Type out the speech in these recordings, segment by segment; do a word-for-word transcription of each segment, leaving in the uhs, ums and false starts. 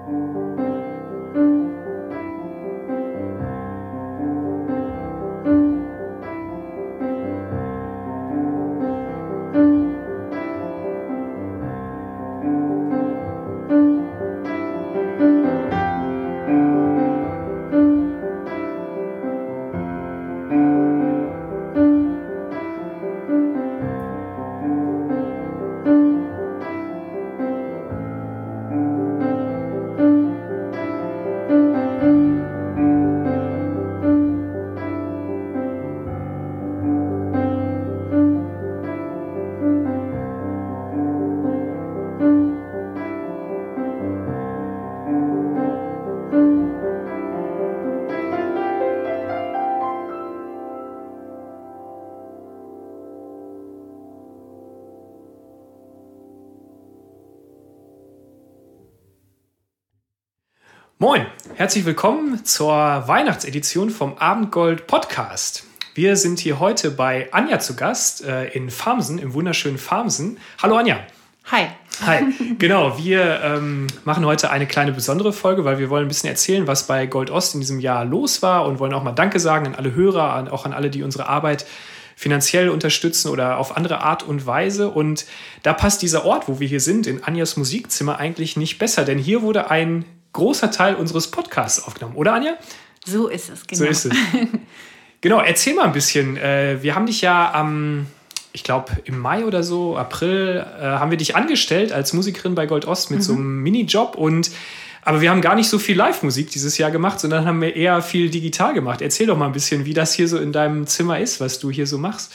Moin, herzlich willkommen zur Weihnachtsedition vom Abendgold Podcast. Wir sind hier heute bei Anja zu Gast äh, in Farmsen, im wunderschönen Farmsen. Hallo Anja. Hi. Hi, genau, wir ähm, machen heute eine kleine besondere Folge, weil wir wollen ein bisschen erzählen, was bei Gold Ost in diesem Jahr los war und wollen auch mal Danke sagen an alle Hörer, an, auch an alle, die unsere Arbeit finanziell unterstützen oder auf andere Art und Weise. Und da passt dieser Ort, wo wir hier sind, in Anjas Musikzimmer eigentlich nicht besser, denn hier wurde ein großer Teil unseres Podcasts aufgenommen, oder Anja? So ist es, genau. So ist es. Genau, erzähl mal ein bisschen. Wir haben dich ja am, ich glaube im Mai oder so, April, haben wir dich angestellt als Musikerin bei Gold Ost mit mhm. so einem Minijob. Und, aber wir haben gar nicht so viel Live-Musik dieses Jahr gemacht, sondern haben wir eher viel digital gemacht. Erzähl doch mal ein bisschen, wie das hier so in deinem Zimmer ist, was du hier so machst.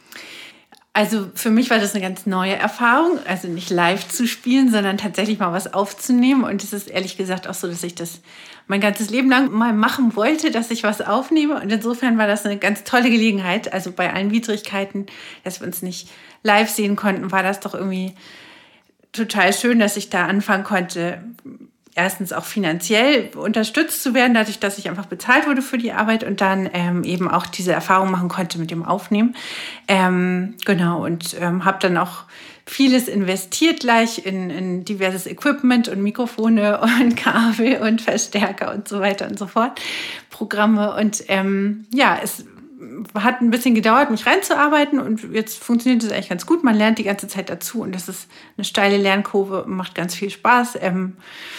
Also für mich war das eine ganz neue Erfahrung, also nicht live zu spielen, sondern tatsächlich mal was aufzunehmen. Und es ist ehrlich gesagt auch so, dass ich das mein ganzes Leben lang mal machen wollte, dass ich was aufnehme. Und insofern war das eine ganz tolle Gelegenheit. Also bei allen Widrigkeiten, dass wir uns nicht live sehen konnten, war das doch irgendwie total schön, dass ich da anfangen konnte, erstens auch finanziell unterstützt zu werden, dadurch, dass ich einfach bezahlt wurde für die Arbeit und dann ähm, eben auch diese Erfahrung machen konnte mit dem Aufnehmen. Ähm, genau, und ähm, habe dann auch vieles investiert gleich in, in diverses Equipment und Mikrofone und Kabel und Verstärker und so weiter und so fort, Programme. Und ähm, ja, es hat ein bisschen gedauert, mich reinzuarbeiten und jetzt funktioniert es eigentlich ganz gut. Man lernt die ganze Zeit dazu und das ist eine steile Lernkurve und macht ganz viel Spaß. Ähm,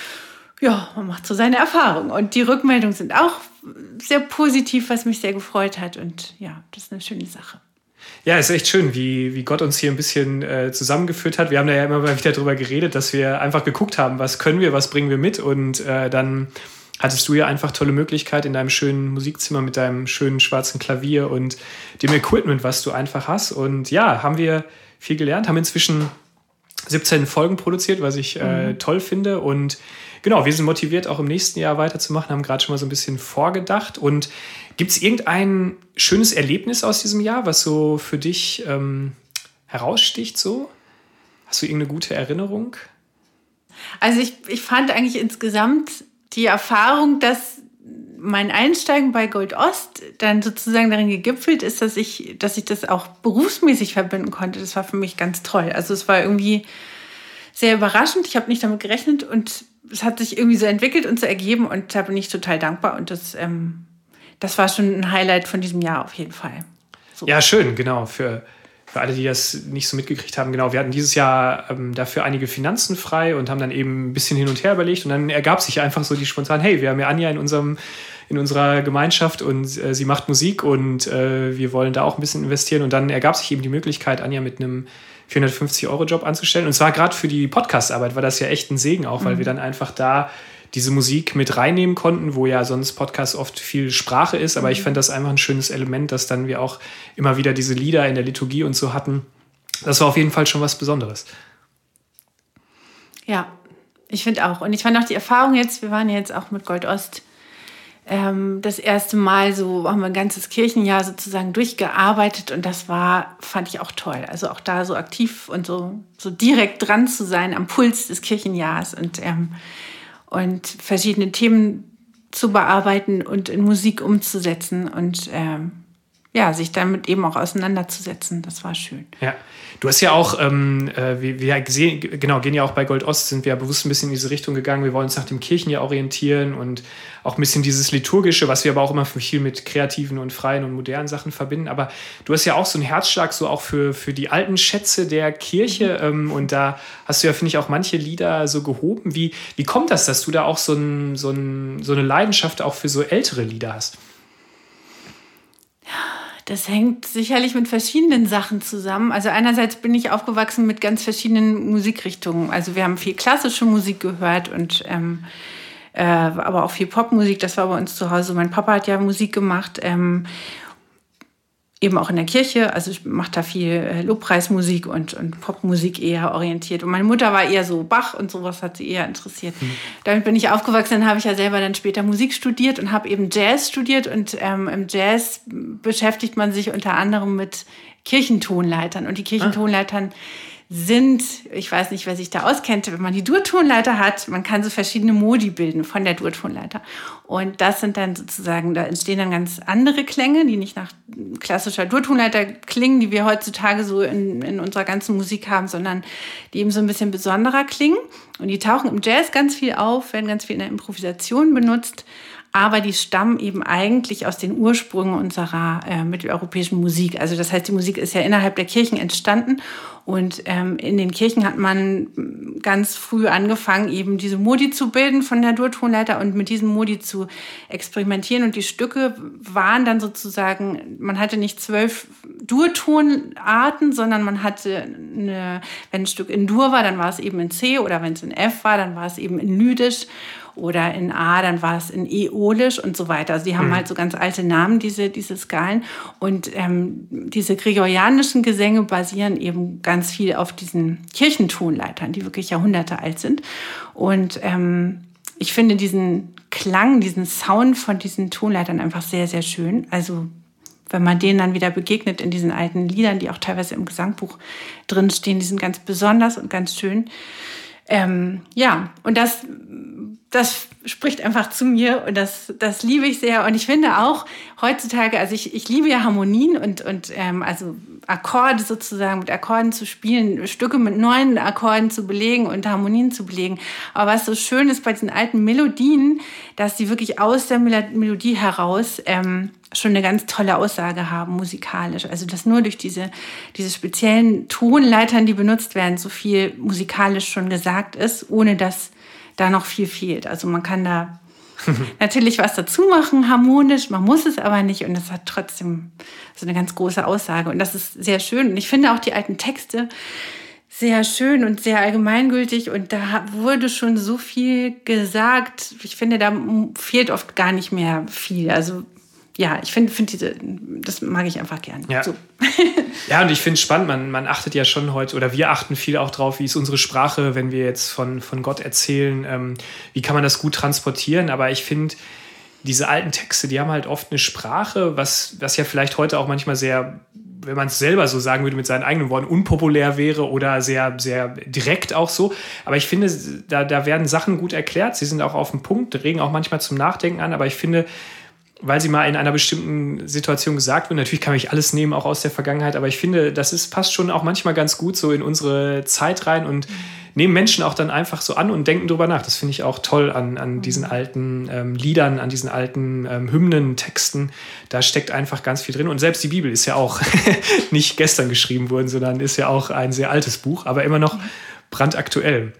Ja, man macht so seine Erfahrung. Und die Rückmeldungen sind auch sehr positiv, was mich sehr gefreut hat. Und ja, das ist eine schöne Sache. Ja, es ist echt schön, wie, wie Gott uns hier ein bisschen äh, zusammengeführt hat. Wir haben da ja immer mal wieder drüber geredet, dass wir einfach geguckt haben, was können wir, was bringen wir mit. Und äh, dann hattest du ja einfach tolle Möglichkeit in deinem schönen Musikzimmer mit deinem schönen schwarzen Klavier und dem Equipment, was du einfach hast. Und ja, haben wir viel gelernt, haben inzwischen siebzehn Folgen produziert, was ich äh, mhm. toll finde. Und genau, wir sind motiviert, auch im nächsten Jahr weiterzumachen, haben gerade schon mal so ein bisschen vorgedacht. Und gibt es irgendein schönes Erlebnis aus diesem Jahr, was so für dich ähm, heraussticht? So? Hast du irgendeine gute Erinnerung? Also ich, ich fand eigentlich insgesamt die Erfahrung, dass mein Einsteigen bei Gold Ost dann sozusagen darin gegipfelt ist, dass ich, dass ich das auch berufsmäßig verbinden konnte. Das war für mich ganz toll. Also es war irgendwie sehr überraschend. Ich habe nicht damit gerechnet und es hat sich irgendwie so entwickelt und so ergeben und da bin ich total dankbar. Und das, ähm, das war schon ein Highlight von diesem Jahr auf jeden Fall. So. Ja, schön, genau. Für, für alle, die das nicht so mitgekriegt haben, genau. Wir hatten dieses Jahr ähm, dafür einige Finanzen frei und haben dann eben ein bisschen hin und her überlegt. Und dann ergab sich einfach so die spontan, hey, wir haben ja Anja in unserem in unserer Gemeinschaft und äh, sie macht Musik und äh, wir wollen da auch ein bisschen investieren. Und dann ergab sich eben die Möglichkeit, Anja mit einem vierhundertfünfzig Euro Job anzustellen. Und zwar gerade für die Podcast-Arbeit war das ja echt ein Segen auch, weil mhm. wir dann einfach da diese Musik mit reinnehmen konnten, wo ja sonst Podcast oft viel Sprache ist. Aber mhm. ich fand das einfach ein schönes Element, dass dann wir auch immer wieder diese Lieder in der Liturgie und so hatten. Das war auf jeden Fall schon was Besonderes. Ja, ich finde auch. Und ich fand auch die Erfahrung jetzt, wir waren jetzt auch mit Gold Ost ähm, das erste Mal so, haben wir ein ganzes Kirchenjahr sozusagen durchgearbeitet und das war, fand ich auch toll. Also auch da so aktiv und so, so direkt dran zu sein am Puls des Kirchenjahres und, ähm, und verschiedene Themen zu bearbeiten und in Musik umzusetzen. Und ähm, ja, sich damit eben auch auseinanderzusetzen. Das war schön. Ja, du hast ja auch, ähm, äh, wir, wir sehen, genau, gehen ja auch bei Gold Ost, sind wir ja bewusst ein bisschen in diese Richtung gegangen. Wir wollen uns nach dem Kirchenjahr orientieren und auch ein bisschen dieses Liturgische, was wir aber auch immer viel mit kreativen und freien und modernen Sachen verbinden. Aber du hast ja auch so einen Herzschlag so auch für, für die alten Schätze der Kirche. Ähm, und da hast du ja, finde ich, auch manche Lieder so gehoben. Wie, wie kommt das, dass du da auch so, ein, so, ein, so eine Leidenschaft auch für so ältere Lieder hast? Das hängt sicherlich mit verschiedenen Sachen zusammen. Also einerseits bin ich aufgewachsen mit ganz verschiedenen Musikrichtungen. Also wir haben viel klassische Musik gehört und ähm, äh, aber auch viel Popmusik. Das war bei uns zu Hause. Mein Papa hat ja Musik gemacht, ähm, eben auch in der Kirche. Also ich mache da viel äh, Lobpreismusik und, und Popmusik eher orientiert. Und meine Mutter war eher so Bach und sowas hat sie eher interessiert. Mhm. Damit bin ich aufgewachsen. Dann habe ich ja selber dann später Musik studiert und habe eben Jazz studiert. Und ähm, im Jazz beschäftigt man sich unter anderem mit Kirchentonleitern. Und die Kirchentonleitern sind, ich weiß nicht, wer sich da auskennt, wenn man die Durtonleiter hat, man kann so verschiedene Modi bilden von der Durtonleiter. Und das sind dann sozusagen, da entstehen dann ganz andere Klänge, die nicht nach klassischer Durtonleiter klingen, die wir heutzutage so in, in unserer ganzen Musik haben, sondern die eben so ein bisschen besonderer klingen. Und die tauchen im Jazz ganz viel auf, werden ganz viel in der Improvisation benutzt. Aber die stammen eben eigentlich aus den Ursprüngen unserer äh, mitteleuropäischen Musik. Also das heißt, die Musik ist ja innerhalb der Kirchen entstanden. Und ähm, in den Kirchen hat man ganz früh angefangen, eben diese Modi zu bilden von der Durtonleiter und mit diesen Modi zu experimentieren. Und die Stücke waren dann sozusagen, man hatte nicht zwölf Durtonarten, sondern man hatte, eine, wenn ein Stück in Dur war, dann war es eben in C, oder wenn es in F war, dann war es eben in Lydisch. Oder in A, dann war es in Äolisch und so weiter. Also die haben mhm. halt so ganz alte Namen, diese, diese Skalen. Und ähm, diese gregorianischen Gesänge basieren eben ganz viel auf diesen Kirchentonleitern, die wirklich Jahrhunderte alt sind. Und ähm, ich finde diesen Klang, diesen Sound von diesen Tonleitern einfach sehr, sehr schön. Also wenn man denen dann wieder begegnet in diesen alten Liedern, die auch teilweise im Gesangbuch drinstehen, die sind ganz besonders und ganz schön. Ähm, ja, und das, das spricht einfach zu mir und das, das liebe ich sehr. Und ich finde auch heutzutage, also ich, ich liebe ja Harmonien und, und ähm, also Akkorde sozusagen, mit Akkorden zu spielen, Stücke mit neuen Akkorden zu belegen und Harmonien zu belegen. Aber was so schön ist bei diesen alten Melodien, dass die wirklich aus der Melodie heraus ähm, schon eine ganz tolle Aussage haben, musikalisch. Also dass nur durch diese, diese speziellen Tonleitern, die benutzt werden, so viel musikalisch schon gesagt ist, ohne dass da noch viel fehlt. Also man kann da natürlich was dazu machen, harmonisch, man muss es aber nicht und es hat trotzdem so eine ganz große Aussage. Und das ist sehr schön. Und ich finde auch die alten Texte sehr schön und sehr allgemeingültig und da wurde schon so viel gesagt. Ich finde, da fehlt oft gar nicht mehr viel. Also ja, ich finde, find diese, das mag ich einfach gern. Ja, so. Ja, und ich finde es spannend, man, man achtet ja schon heute, oder wir achten viel auch drauf, wie ist unsere Sprache, wenn wir jetzt von, von Gott erzählen, ähm, wie kann man das gut transportieren, aber ich finde, diese alten Texte, die haben halt oft eine Sprache, was, was ja vielleicht heute auch manchmal sehr, wenn man es selber so sagen würde, mit seinen eigenen Worten, unpopulär wäre oder sehr, sehr direkt auch so. Aber ich finde, da, da werden Sachen gut erklärt, sie sind auch auf den Punkt, regen auch manchmal zum Nachdenken an, aber ich finde, weil sie mal in einer bestimmten Situation gesagt wird. Natürlich kann ich alles nehmen, auch aus der Vergangenheit, aber ich finde, das ist, passt schon auch manchmal ganz gut so in unsere Zeit rein und nehmen Menschen auch dann einfach so an und denken drüber nach. Das finde ich auch toll an, an diesen alten ähm, Liedern, an diesen alten ähm, Hymnen, Texten. Da steckt einfach ganz viel drin. Und selbst die Bibel ist ja auch nicht gestern geschrieben worden, sondern ist ja auch ein sehr altes Buch, aber immer noch brandaktuell.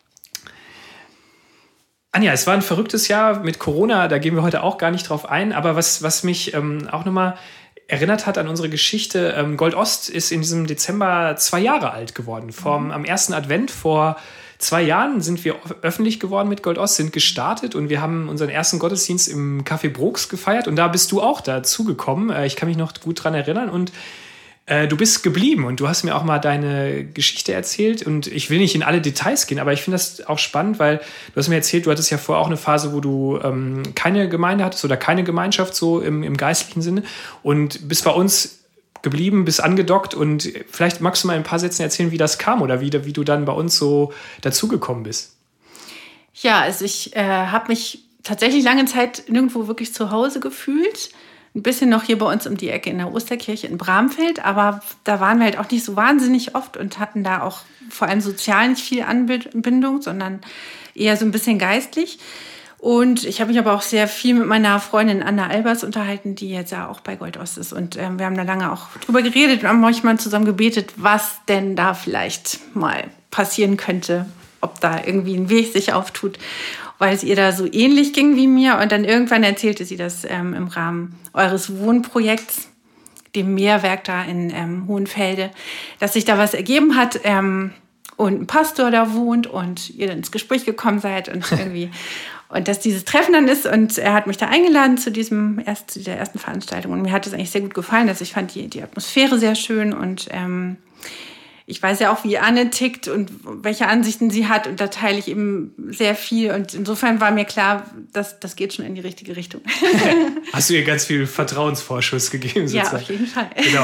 Anja, es war ein verrücktes Jahr mit Corona, da gehen wir heute auch gar nicht drauf ein, aber was, was mich ähm, auch nochmal erinnert hat an unsere Geschichte, ähm, Gold Ost ist in diesem Dezember zwei Jahre alt geworden. Vom, am ersten Advent vor zwei Jahren sind wir öffentlich geworden mit Gold Ost, sind gestartet und wir haben unseren ersten Gottesdienst im Café Brooks gefeiert und da bist du auch dazugekommen. Äh, ich kann mich noch gut dran erinnern und du bist geblieben und du hast mir auch mal deine Geschichte erzählt und ich will nicht in alle Details gehen, aber ich finde das auch spannend, weil du hast mir erzählt, du hattest ja vorher auch eine Phase, wo du ähm, keine Gemeinde hattest oder keine Gemeinschaft so im, im geistlichen Sinne und bist bei uns geblieben, bist angedockt und vielleicht magst du mal in ein paar Sätzen erzählen, wie das kam oder wie, wie du dann bei uns so dazugekommen bist. Ja, also ich äh, habe mich tatsächlich lange Zeit nirgendwo wirklich zu Hause gefühlt. ein bisschen noch hier bei uns um die Ecke in der Osterkirche in Bramfeld, aber da waren wir halt auch nicht so wahnsinnig oft und hatten da auch vor allem sozial nicht viel Anbindung, sondern eher so ein bisschen geistlich. Und ich habe mich aber auch sehr viel mit meiner Freundin Anna Albers unterhalten, die jetzt ja auch bei Gold Ost ist. Und ähm, wir haben da lange auch drüber geredet und haben manchmal zusammen gebetet, was denn da vielleicht mal passieren könnte, ob da irgendwie ein Weg sich auftut, weil es ihr da so ähnlich ging wie mir. Und dann irgendwann erzählte sie das ähm, im Rahmen eures Wohnprojekts, dem Mehrwerk da in ähm, Hohenfelde, dass sich da was ergeben hat ähm, und ein Pastor da wohnt und ihr dann ins Gespräch gekommen seid und irgendwie... Und dass dieses Treffen dann ist und er hat mich da eingeladen zu, diesem erst, zu dieser ersten Veranstaltung und mir hat es eigentlich sehr gut gefallen. Also ich fand die, die Atmosphäre sehr schön und ähm, ich weiß ja auch, wie Anne tickt und welche Ansichten sie hat und da teile ich eben sehr viel und insofern war mir klar, dass das geht schon in die richtige Richtung. Hast du ihr ganz viel Vertrauensvorschuss gegeben sozusagen? Ja, auf jeden Fall. Genau.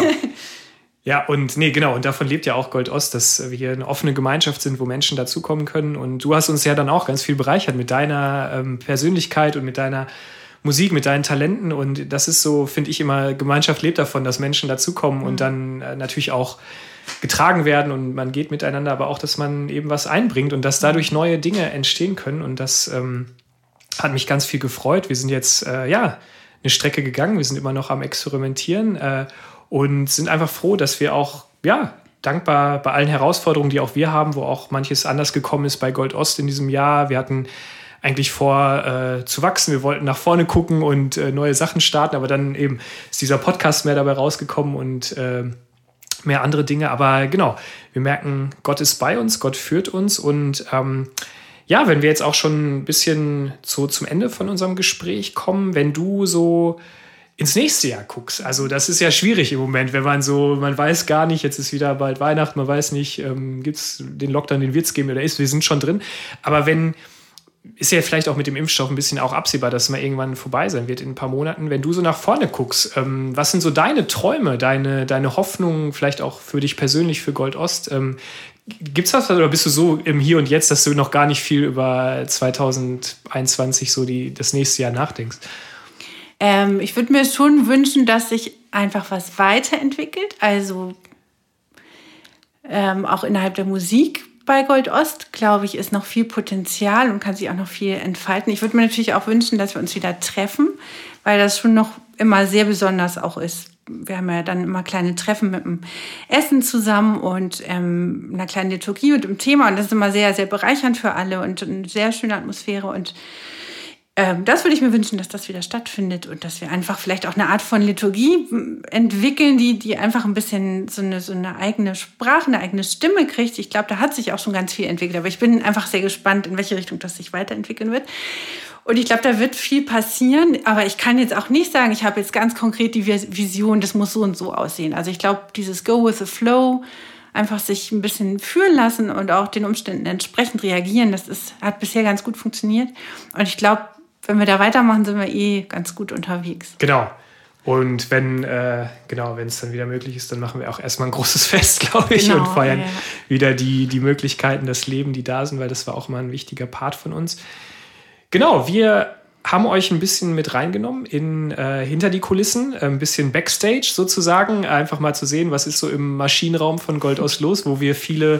Ja, und nee, genau, und davon lebt ja auch Gold Ost, dass wir hier eine offene Gemeinschaft sind, wo Menschen dazukommen können. Und du hast uns ja dann auch ganz viel bereichert mit deiner ähm, Persönlichkeit und mit deiner Musik, mit deinen Talenten. Und das ist so, finde ich immer, Gemeinschaft lebt davon, dass Menschen dazukommen mhm. und dann äh, natürlich auch getragen werden und man geht miteinander, aber auch, dass man eben was einbringt und dass dadurch neue Dinge entstehen können. Und das ähm, hat mich ganz viel gefreut. Wir sind jetzt, äh, ja, eine Strecke gegangen, wir sind immer noch am Experimentieren, äh, und sind einfach froh, dass wir auch, ja, dankbar bei allen Herausforderungen, die auch wir haben, wo auch manches anders gekommen ist bei Gold Ost in diesem Jahr. Wir hatten eigentlich vor, äh, zu wachsen. Wir wollten nach vorne gucken und äh, neue Sachen starten, aber dann eben ist dieser Podcast mehr dabei rausgekommen und äh, mehr andere Dinge. Aber genau, wir merken, Gott ist bei uns, Gott führt uns und ähm, ja, wenn wir jetzt auch schon ein bisschen so zum Ende von unserem Gespräch kommen, wenn du so ins nächste Jahr guckst. Also das ist ja schwierig im Moment, wenn man so, man weiß gar nicht, jetzt ist wieder bald Weihnachten, man weiß nicht, ähm, gibt es den Lockdown, den wird es geben oder ist, wir sind schon drin. Aber wenn, ist ja vielleicht auch mit dem Impfstoff ein bisschen auch absehbar, dass es mal irgendwann vorbei sein wird in ein paar Monaten. Wenn du so nach vorne guckst, ähm, was sind so deine Träume, deine, deine Hoffnungen, vielleicht auch für dich persönlich, für Gold Ost? Ähm, Gibt es was oder bist du so im Hier und Jetzt, dass du noch gar nicht viel über zwanzig einundzwanzig, so die, das nächste Jahr nachdenkst? Ähm, ich würde mir schon wünschen, dass sich einfach was weiterentwickelt. Also ähm, auch innerhalb der Musik bei Gold Ost, glaube ich, ist noch viel Potenzial und kann sich auch noch viel entfalten. Ich würde mir natürlich auch wünschen, dass wir uns wieder treffen, weil das schon noch immer sehr besonders auch ist. Wir haben ja dann immer kleine Treffen mit dem Essen zusammen und ähm, einer kleinen Liturgie und dem Thema. Und das ist immer sehr, sehr bereichernd für alle und eine sehr schöne Atmosphäre. Und ähm, das würde ich mir wünschen, dass das wieder stattfindet und dass wir einfach vielleicht auch eine Art von Liturgie entwickeln, die, die einfach ein bisschen so eine, so eine eigene Sprache, eine eigene Stimme kriegt. Ich glaube, da hat sich auch schon ganz viel entwickelt. Aber ich bin einfach sehr gespannt, in welche Richtung das sich weiterentwickeln wird. Und ich glaube, da wird viel passieren, aber ich kann jetzt auch nicht sagen, ich habe jetzt ganz konkret die Vision, das muss so und so aussehen. Also ich glaube, dieses Go with the Flow, einfach sich ein bisschen fühlen lassen und auch den Umständen entsprechend reagieren, das ist, hat bisher ganz gut funktioniert. Und ich glaube, wenn wir da weitermachen, sind wir eh ganz gut unterwegs. Genau. Und wenn äh, genau, wenn es dann wieder möglich ist, dann machen wir auch erstmal ein großes Fest, glaube ich, genau, und feiern ja. wieder die, die Möglichkeiten, das Leben, die da sind, weil das war auch mal ein wichtiger Part von uns. Genau, wir haben euch ein bisschen mit reingenommen in äh, hinter die Kulissen, ein bisschen Backstage sozusagen, einfach mal zu sehen, was ist so im Maschinenraum von Gold Ost los, wo wir viele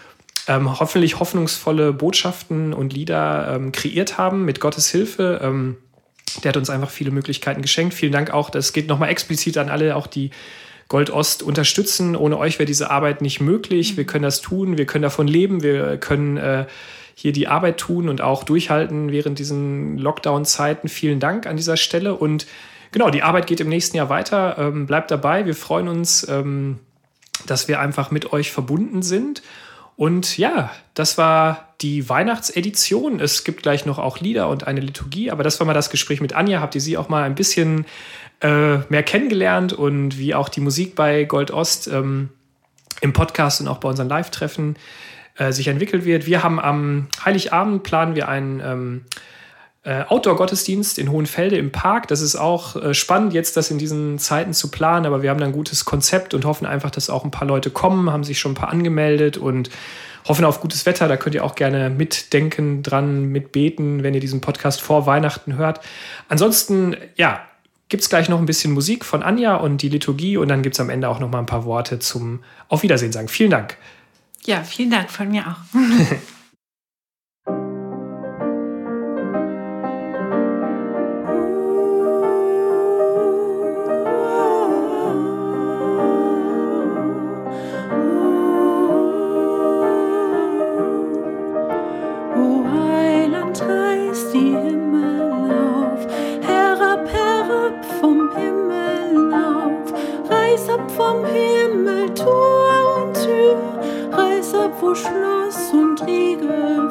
ähm, hoffentlich hoffnungsvolle Botschaften und Lieder ähm, kreiert haben mit Gottes Hilfe. Ähm, der hat uns einfach viele Möglichkeiten geschenkt. Vielen Dank auch, das geht nochmal explizit an alle, auch die Gold Ost unterstützen. Ohne euch wäre diese Arbeit nicht möglich. Mhm. Wir können das tun, wir können davon leben, wir können äh, hier die Arbeit tun und auch durchhalten während diesen Lockdown-Zeiten. Vielen Dank an dieser Stelle. Und genau, die Arbeit geht im nächsten Jahr weiter. Ähm, bleibt dabei. Wir freuen uns, ähm, dass wir einfach mit euch verbunden sind. Und ja, das war die Weihnachtsedition. Es gibt gleich noch auch Lieder und eine Liturgie. Aber das war mal das Gespräch mit Anja. Habt ihr sie auch mal ein bisschen äh, mehr kennengelernt und wie auch die Musik bei Gold Ost ähm, im Podcast und auch bei unseren Live-Treffen sich entwickelt wird. Wir haben am Heiligabend planen wir einen ähm, äh, Outdoor-Gottesdienst in Hohenfelde im Park. Das ist auch äh, spannend, jetzt das in diesen Zeiten zu planen, aber wir haben da ein gutes Konzept und hoffen einfach, dass auch ein paar Leute kommen, haben sich schon ein paar angemeldet und hoffen auf gutes Wetter. Da könnt ihr auch gerne mitdenken, dran, mitbeten, wenn ihr diesen Podcast vor Weihnachten hört. Ansonsten, ja, gibt es gleich noch ein bisschen Musik von Anja und die Liturgie und dann gibt es am Ende auch noch mal ein paar Worte zum Auf Wiedersehen sagen. Vielen Dank. Ja, vielen Dank von mir auch. Vom Himmel Tor und Tür, reiß ab, wo Schloss und Riegel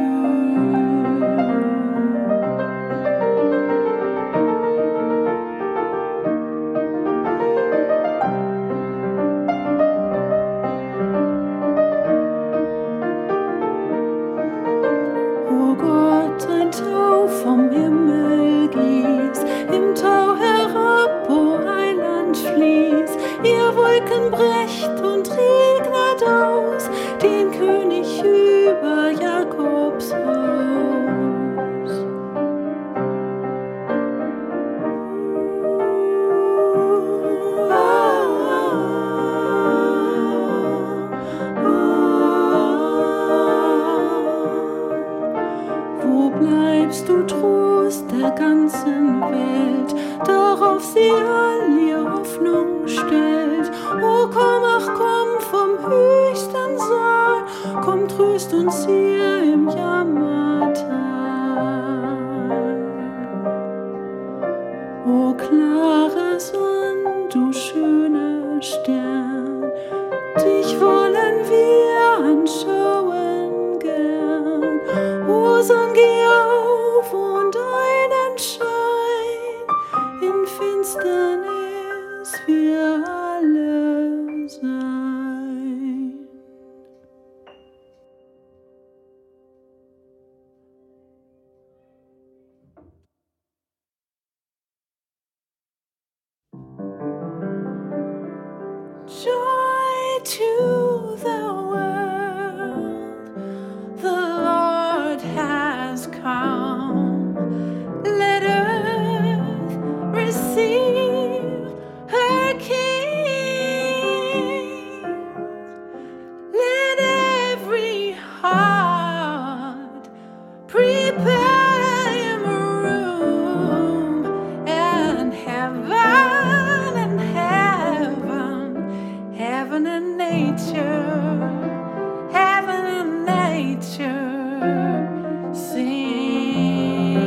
O Gott, ein Tau vom Himmel gieß, im Tau herab, o Heiland fließ, ihr Wolken brecht und regnet aus, den König über Jakobs Haus. Ah, ah, ah. Wo bleibst du, Trost der ganzen Welt, darauf sie all ihr Hoffnung stellt? O komm, ach komm vom höchsten Saal, komm, tröst uns hier im Jammertal. O klare Sonn, du schöner Stern, dich wollen wir anschauen gern. O Sonn, geh auf und einen Schein in Finsternis wir alle sein. Joy to the world, the Lord has come. Let earth receive her King. Let every heart prepare him room, and heaven and heaven, heaven and nature, heaven and nature sing.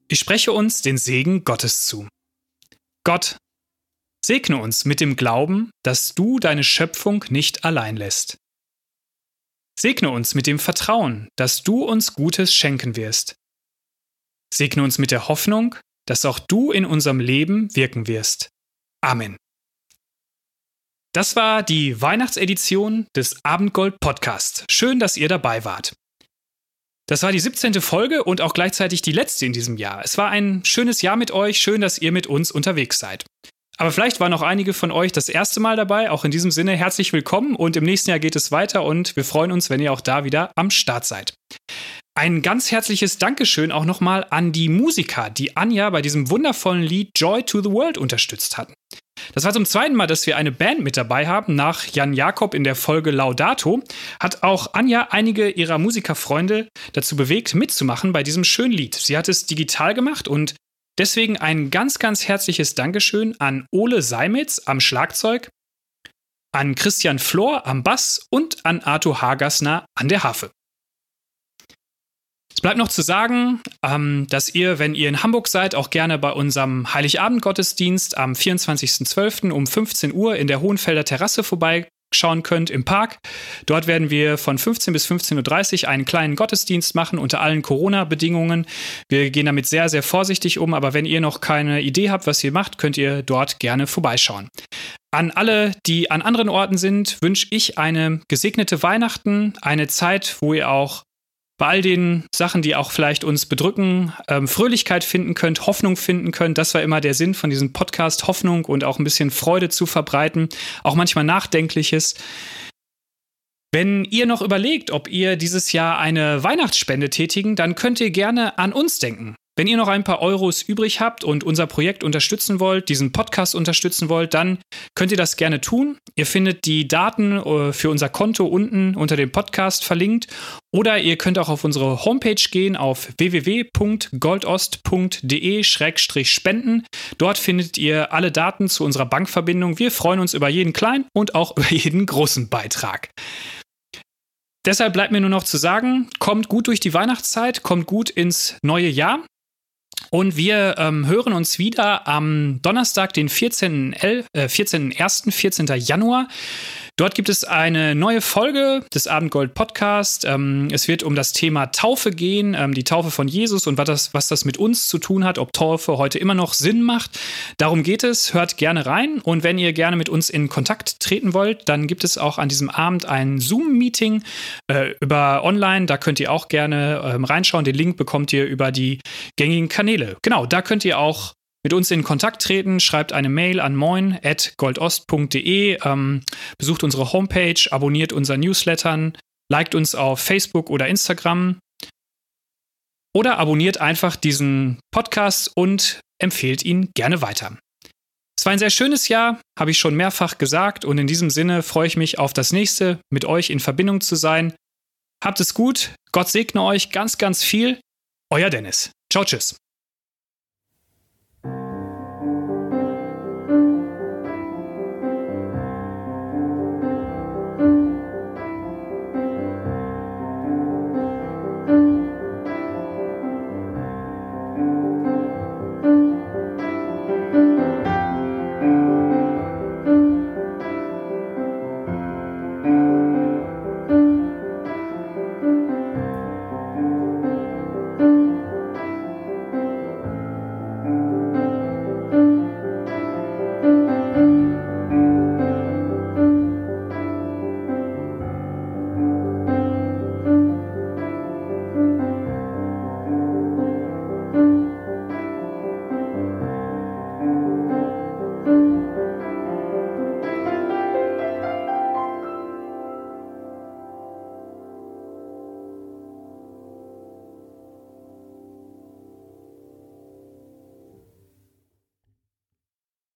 Ich spreche uns den Segen Gottes zu. Gott, segne uns mit dem Glauben, dass du deine Schöpfung nicht allein lässt. Segne uns mit dem Vertrauen, dass du uns Gutes schenken wirst. Segne uns mit der Hoffnung, dass auch du in unserem Leben wirken wirst. Amen. Das war die Weihnachtsedition des Abendgold Podcast. Schön, dass ihr dabei wart. Das war die siebzehnte Folge und auch gleichzeitig die letzte in diesem Jahr. Es war ein schönes Jahr mit euch, schön, dass ihr mit uns unterwegs seid. Aber vielleicht waren auch einige von euch das erste Mal dabei. Auch in diesem Sinne herzlich willkommen und im nächsten Jahr geht es weiter und wir freuen uns, wenn ihr auch da wieder am Start seid. Ein ganz herzliches Dankeschön auch nochmal an die Musiker, die Anja bei diesem wundervollen Lied Joy to the World unterstützt hatten. Das war zum zweiten Mal, dass wir eine Band mit dabei haben. Nach Jan Jakob in der Folge Laudato hat auch Anja einige ihrer Musikerfreunde dazu bewegt, mitzumachen bei diesem schönen Lied. Sie hat es digital gemacht und deswegen ein ganz, ganz herzliches Dankeschön an Ole Seimitz am Schlagzeug, an Christian Flor am Bass und an Arthur Hagersner an der Harfe. Es bleibt noch zu sagen, ähm, dass ihr, wenn ihr in Hamburg seid, auch gerne bei unserem Heiligabend-Gottesdienst am vierundzwanzigsten zwölften um fünfzehn Uhr in der Hohenfelder Terrasse vorbeischauen könnt im Park. Dort werden wir von fünfzehn bis fünfzehn Uhr dreißig einen kleinen Gottesdienst machen unter allen Corona-Bedingungen. Wir gehen damit sehr, sehr vorsichtig um, aber wenn ihr noch keine Idee habt, was ihr macht, könnt ihr dort gerne vorbeischauen. An alle, die an anderen Orten sind, wünsche ich eine gesegnete Weihnachten, eine Zeit, wo ihr auch bei all den Sachen, die auch vielleicht uns bedrücken, ähm, Fröhlichkeit finden könnt, Hoffnung finden könnt. Das war immer der Sinn von diesem Podcast, Hoffnung und auch ein bisschen Freude zu verbreiten, auch manchmal Nachdenkliches. Wenn ihr noch überlegt, ob ihr dieses Jahr eine Weihnachtsspende tätigen, dann könnt ihr gerne an uns denken. Wenn ihr noch ein paar Euros übrig habt und unser Projekt unterstützen wollt, diesen Podcast unterstützen wollt, dann könnt ihr das gerne tun. Ihr findet die Daten für unser Konto unten unter dem Podcast verlinkt. Oder ihr könnt auch auf unsere Homepage gehen auf w w w punkt goldost punkt d e slash spenden. Dort findet ihr alle Daten zu unserer Bankverbindung. Wir freuen uns über jeden kleinen und auch über jeden großen Beitrag. Deshalb bleibt mir nur noch zu sagen, kommt gut durch die Weihnachtszeit, kommt gut ins neue Jahr. Und wir ähm, hören uns wieder am Donnerstag, den vierzehnten ersten, vierzehnten Januar. Dort gibt es eine neue Folge des Abendgold Podcast. Ähm, es wird um das Thema Taufe gehen, ähm, die Taufe von Jesus und was das, was das mit uns zu tun hat, ob Taufe heute immer noch Sinn macht. Darum geht es, hört gerne rein. Und wenn ihr gerne mit uns in Kontakt treten wollt, dann gibt es auch an diesem Abend ein Zoom-Meeting äh, über online. Da könnt ihr auch gerne ähm, reinschauen. Den Link bekommt ihr über die gängigen Kanäle. Genau, da könnt ihr auch mit uns in Kontakt treten, schreibt eine Mail an moin at goldost punkt d e, ähm, besucht unsere Homepage, abonniert unser Newslettern, liked uns auf Facebook oder Instagram oder abonniert einfach diesen Podcast und empfehlt ihn gerne weiter. Es war ein sehr schönes Jahr, habe ich schon mehrfach gesagt und in diesem Sinne freue ich mich auf das nächste, mit euch in Verbindung zu sein. Habt es gut, Gott segne euch ganz, ganz viel. Euer Dennis. Ciao, tschüss.